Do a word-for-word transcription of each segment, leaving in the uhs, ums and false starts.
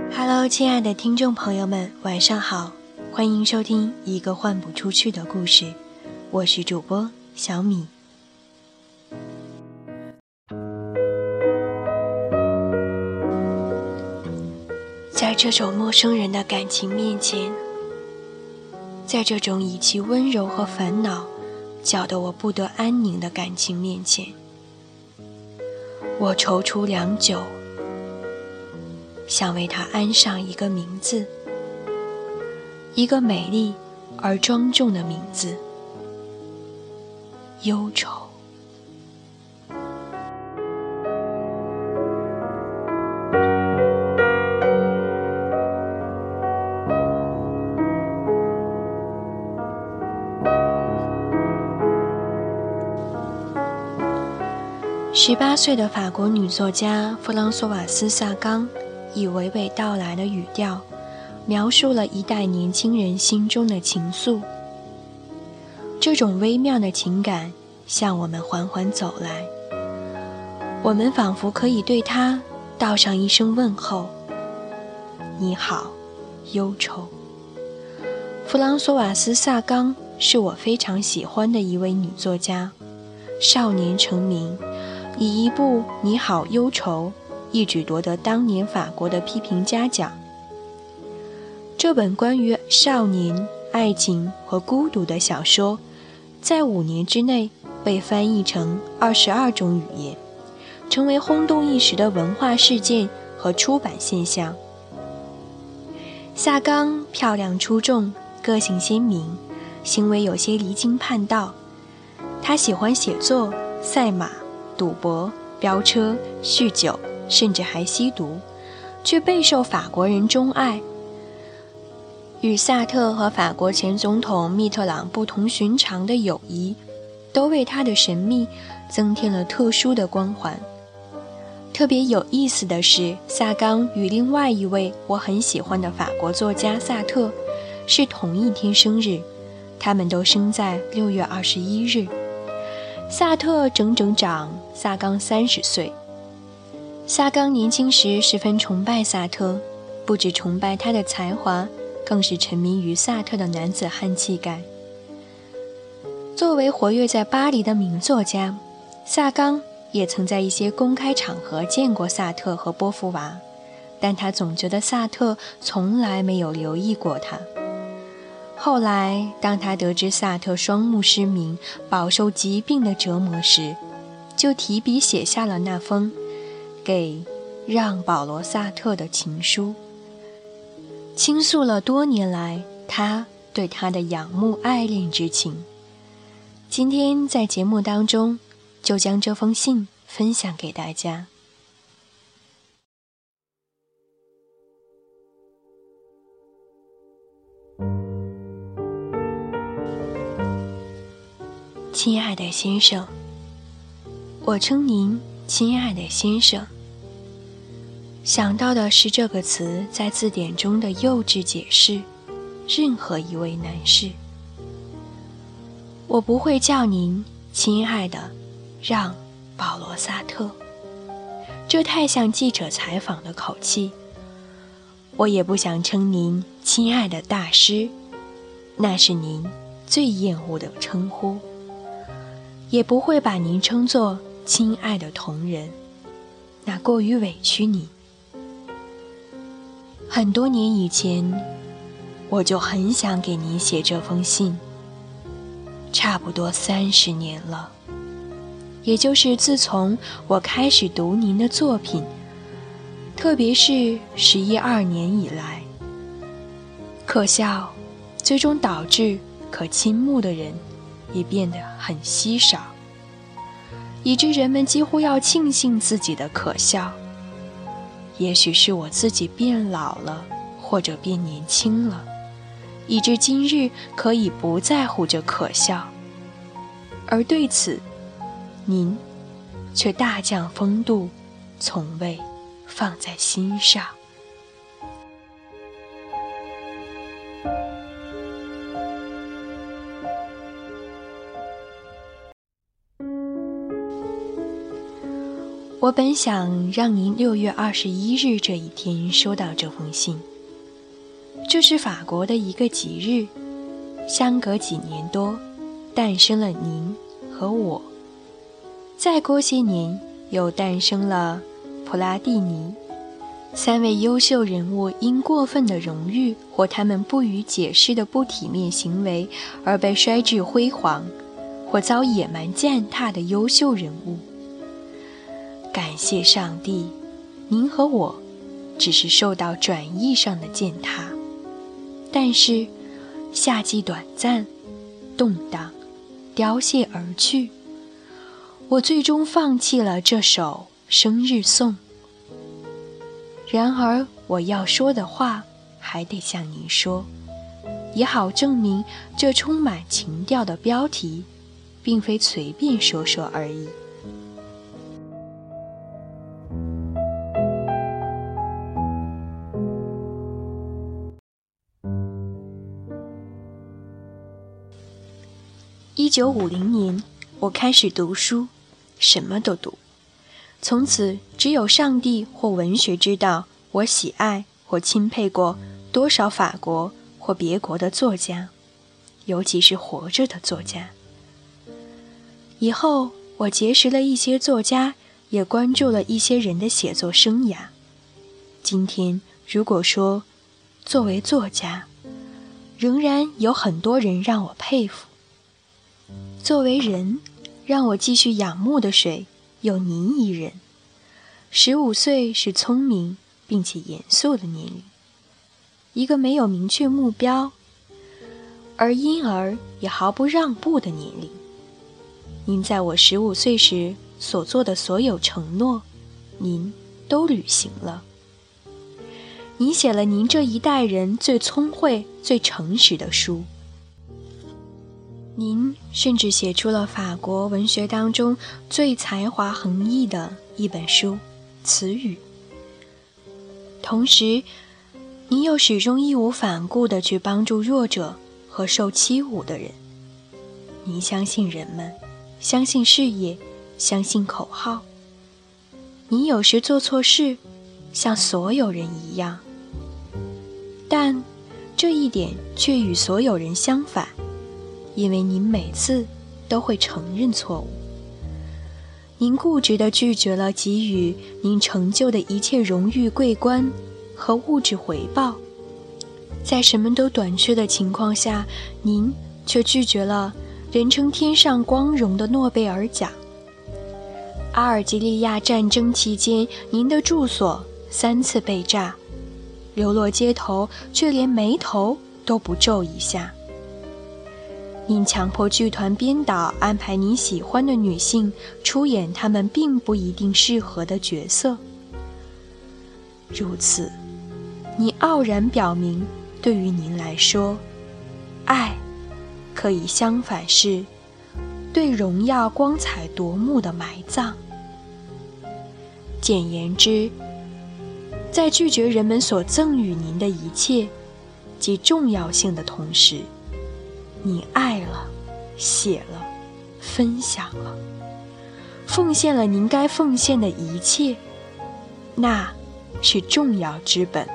Hello， 亲爱的听众朋友们，晚上好，欢迎收听一个换不出去的故事，我是主播小米。在这种陌生人的感情面前，在这种以其温柔和烦恼搅得我不得安宁的感情面前，我踌躇良久，想为它安上一个名字，一个美丽而庄重的名字——忧愁。十八岁的法国女作家弗朗索瓦斯·萨冈以娓娓道来的语调描述了一代年轻人心中的情愫。这种微妙的情感向我们缓缓走来，我们仿佛可以对它道上一声问候：你好，忧愁。弗朗索瓦斯·萨冈是我非常喜欢的一位女作家，少年成名，以一部《你好，忧愁》一举夺得当年法国的批评家奖。这本关于少年、爱情和孤独的小说，在五年之内被翻译成二十二种语言，成为轰动一时的文化事件和出版现象。萨冈漂亮出众，个性鲜明，行为有些离经叛道。他喜欢写作、赛马、赌博、飙车、酗酒，甚至还吸毒，却备受法国人钟爱。与萨特和法国前总统密特朗不同寻常的友谊，都为他的神秘增添了特殊的光环。特别有意思的是，萨冈与另外一位我很喜欢的法国作家萨特是同一天生日，他们都生在六月二十一日。萨特整整长萨冈三十岁。萨冈年轻时十分崇拜萨特，不只崇拜他的才华，更是沉迷于萨特的男子汉气概。作为活跃在巴黎的名作家，萨冈也曾在一些公开场合见过萨特和波伏娃，但他总觉得萨特从来没有留意过他。后来当他得知萨特双目失明，饱受疾病的折磨时，就提笔写下了那封给让·保罗·萨特的情书，倾诉了多年来他对他的仰慕爱恋之情。今天在节目当中就将这封信分享给大家。亲爱的先生，我称您亲爱的先生。想到的是这个词在字典中的幼稚解释，任何一位男士。我不会叫您亲爱的让·保罗·萨特，这太像记者采访的口气。我也不想称您亲爱的大师，那是您最厌恶的称呼。也不会把您称作亲爱的同人，那过于委屈你。很多年以前，我就很想给您写这封信，差不多三十年了，也就是自从我开始读您的作品，特别是十一二年以来。可笑，最终导致可倾慕的人也变得很稀少，以致人们几乎要庆幸自己的可笑。也许是我自己变老了，或者变年轻了，以致今日可以不在乎这可笑，而对此，您却大降风度，从未放在心上。 我本想让您六月二十一日这一天收到这封信，这是法国的一个吉日，相隔几年多，诞生了您和我。再过些年，又诞生了普拉蒂尼，三位优秀人物因过分的荣誉或他们不予解释的不体面行为而被摔至辉煌，或遭野蛮践踏的优秀人物。感谢上帝，您和我只是受到转译上的践踏，但是夏季短暂，动荡，凋谢而去，我最终放弃了这首生日颂。然而我要说的话还得向您说，也好证明这充满情调的标题并非随便说说而已。一九五零年，我开始读书，什么都读。从此，只有上帝或文学知道我喜爱或钦佩过多少法国或别国的作家，尤其是活着的作家。以后，我结识了一些作家，也关注了一些人的写作生涯。今天，如果说作为作家，仍然有很多人让我佩服。作为人，让我继续仰慕的水有您一人。十五岁是聪明并且严肃的年龄，一个没有明确目标，而因而也毫不让步的年龄。您在我十五岁时所做的所有承诺，您都履行了。您写了您这一代人最聪慧、最诚实的书。您甚至写出了法国文学当中最才华横溢的一本书《词语》。同时，您又始终义无反顾地去帮助弱者和受欺侮的人。您相信人们，相信事业，相信口号。您有时做错事，像所有人一样，但这一点却与所有人相反。因为您每次都会承认错误，您固执地拒绝了给予您成就的一切荣誉、桂冠和物质回报，在什么都短缺的情况下，您却拒绝了人称天上光荣的诺贝尔奖。阿尔及利亚战争期间，您的住所三次被炸，流落街头，却连眉头都不皱一下。您强迫剧团编导安排您喜欢的女性出演她们并不一定适合的角色。如此，你傲然表明，对于您来说，爱可以相反是对荣耀光彩夺目的埋葬。简言之，在拒绝人们所赠予您的一切及重要性的同时，你爱了，写了，分享了，奉献了您该奉献的一切，那是重要之本。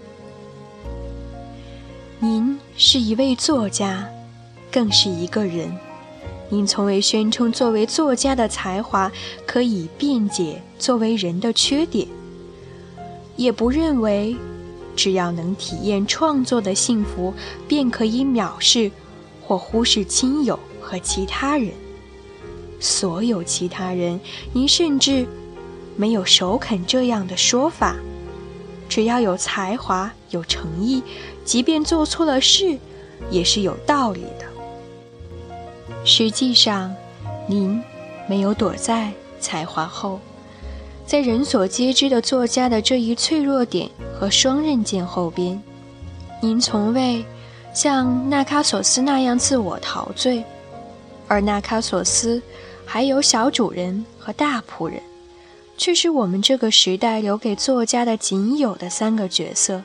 您是一位作家，更是一个人。您从未宣称作为作家的才华可以辩解作为人的缺点，也不认为只要能体验创作的幸福，便可以藐视或忽视亲友和其他人。所有其他人，您甚至没有首肯这样的说法。只要有才华，有诚意，即便做错了事，也是有道理的。实际上，您没有躲在才华后，在人所皆知的作家的这一脆弱点和双刃剑后边，您从未像纳卡索斯那样自我陶醉，而纳卡索斯还有小主人和大仆人，却是我们这个时代留给作家的仅有的三个角色。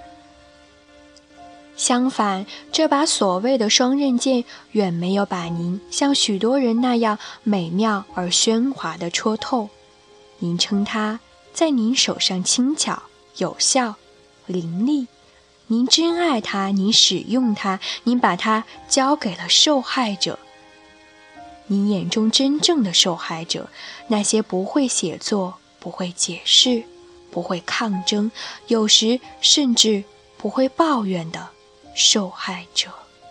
相反，这把所谓的双刃剑远没有把您像许多人那样美妙而喧哗地戳透。 您称它在您手上轻巧、有效、伶俐。您珍爱它，您使用它，您把它交给了受害者。您眼中真正的受害者，那些不会写作、不会解释、不会抗争，有时甚至不会抱怨的受害者。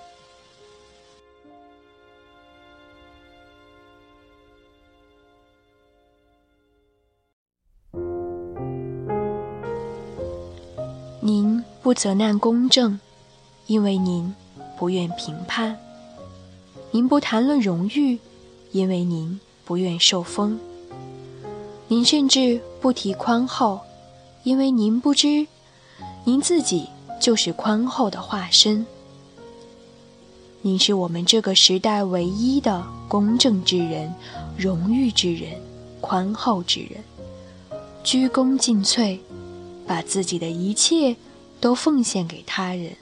您不责难公正，因为您不愿评判；您不谈论荣誉，因为您不愿受封；您甚至不提宽厚，因为您不知，您自己就是宽厚的化身。您是我们这个时代唯一的公正之人、荣誉之人、宽厚之人，鞠躬尽瘁，把自己的一切都奉献给他人。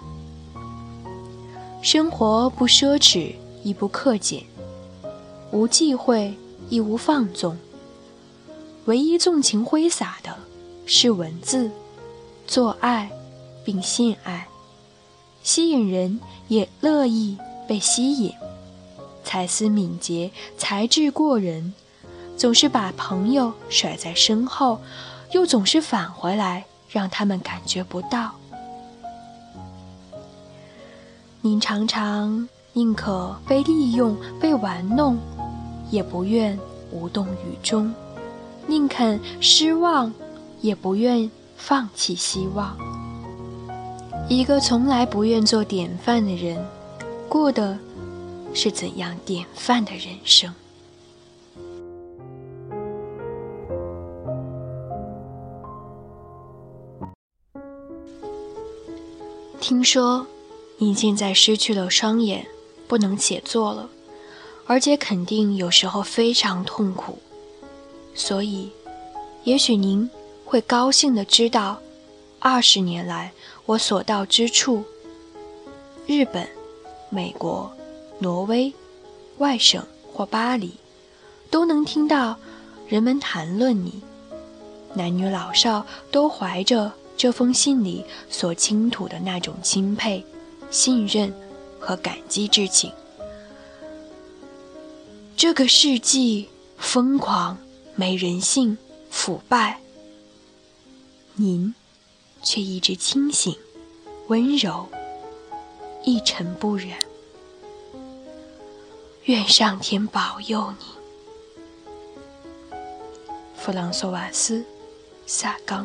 生活不奢侈，亦不克俭，无忌讳，亦无放纵。唯一纵情挥洒的是文字，做爱并献爱，吸引人也乐意被吸引。才思敏捷，才智过人，总是把朋友甩在身后，又总是返回来让他们感觉不到。您常常宁可被利用、被玩弄，也不愿无动于衷；宁肯失望，也不愿放弃希望。一个从来不愿做典范的人，过的是怎样典范的人生？听说你现在失去了双眼，不能写作了，而且肯定有时候非常痛苦。所以，也许您会高兴地知道，二十年来我所到之处，日本、美国、挪威、外省或巴黎，都能听到人们谈论你，男女老少都怀着这封信里所倾吐的那种钦佩、信任和感激之情。这个世纪疯狂、没人性、腐败，您却一直清醒、温柔、一尘不染。愿上天保佑你。弗朗索瓦斯·萨冈。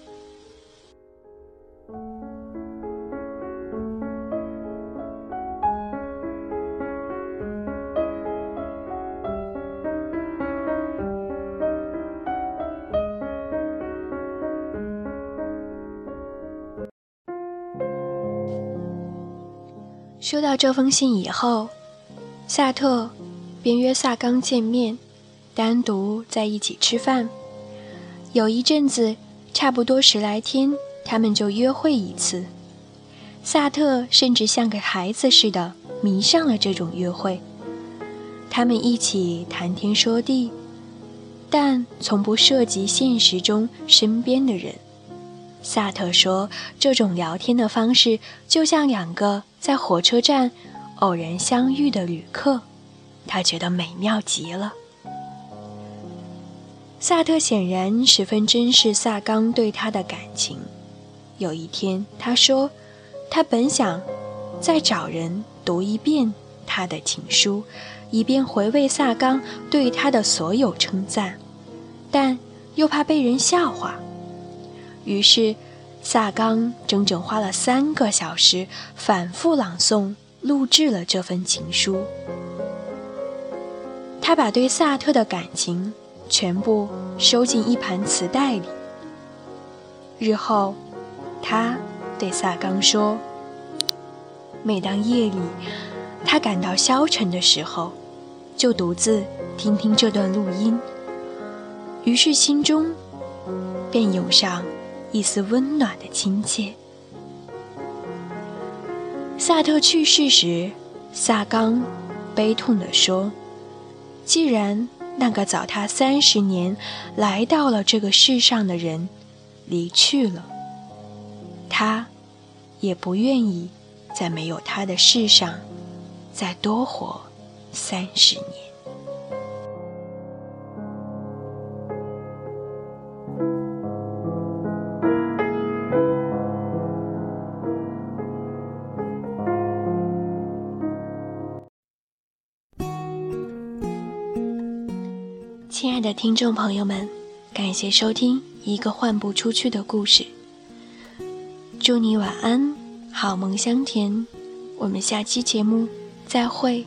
收到这封信以后，萨特便约萨冈见面，单独在一起吃饭。有一阵子，差不多十来天，他们就约会一次。萨特甚至像个孩子似的迷上了这种约会。他们一起谈天说地，但从不涉及现实中身边的人。萨特说，这种聊天的方式就像两个在火车站偶然相遇的旅客，他觉得美妙极了。萨特显然十分珍视萨冈对他的感情。有一天他说，他本想再找人读一遍他的情书，以便回味萨冈对他的所有称赞，但又怕被人笑话。于是萨冈整整花了三个小时反复朗诵录制了这份情书。他把对萨特的感情全部收进一盘磁带里。日后他对萨冈说，每当夜里他感到消沉的时候，就独自听听这段录音，于是心中便涌上一丝温暖的亲切。萨特去世时，萨冈悲痛地说，既然那个早他三十年来到了这个世上的人离去了，他也不愿意在没有他的世上再多活三十年。亲爱的听众朋友们，感谢收听一个换不出去的故事。祝你晚安，好梦香甜，我们下期节目再会。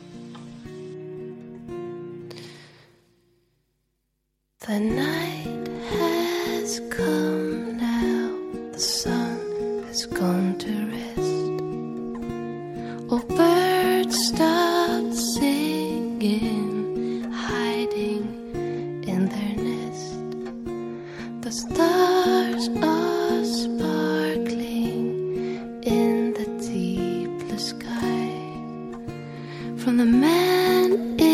The night has come now, the sun has gone to rest. Oh, birds stop singing, hiding in their nest. The stars are sparkling in the deep blue sky. From the man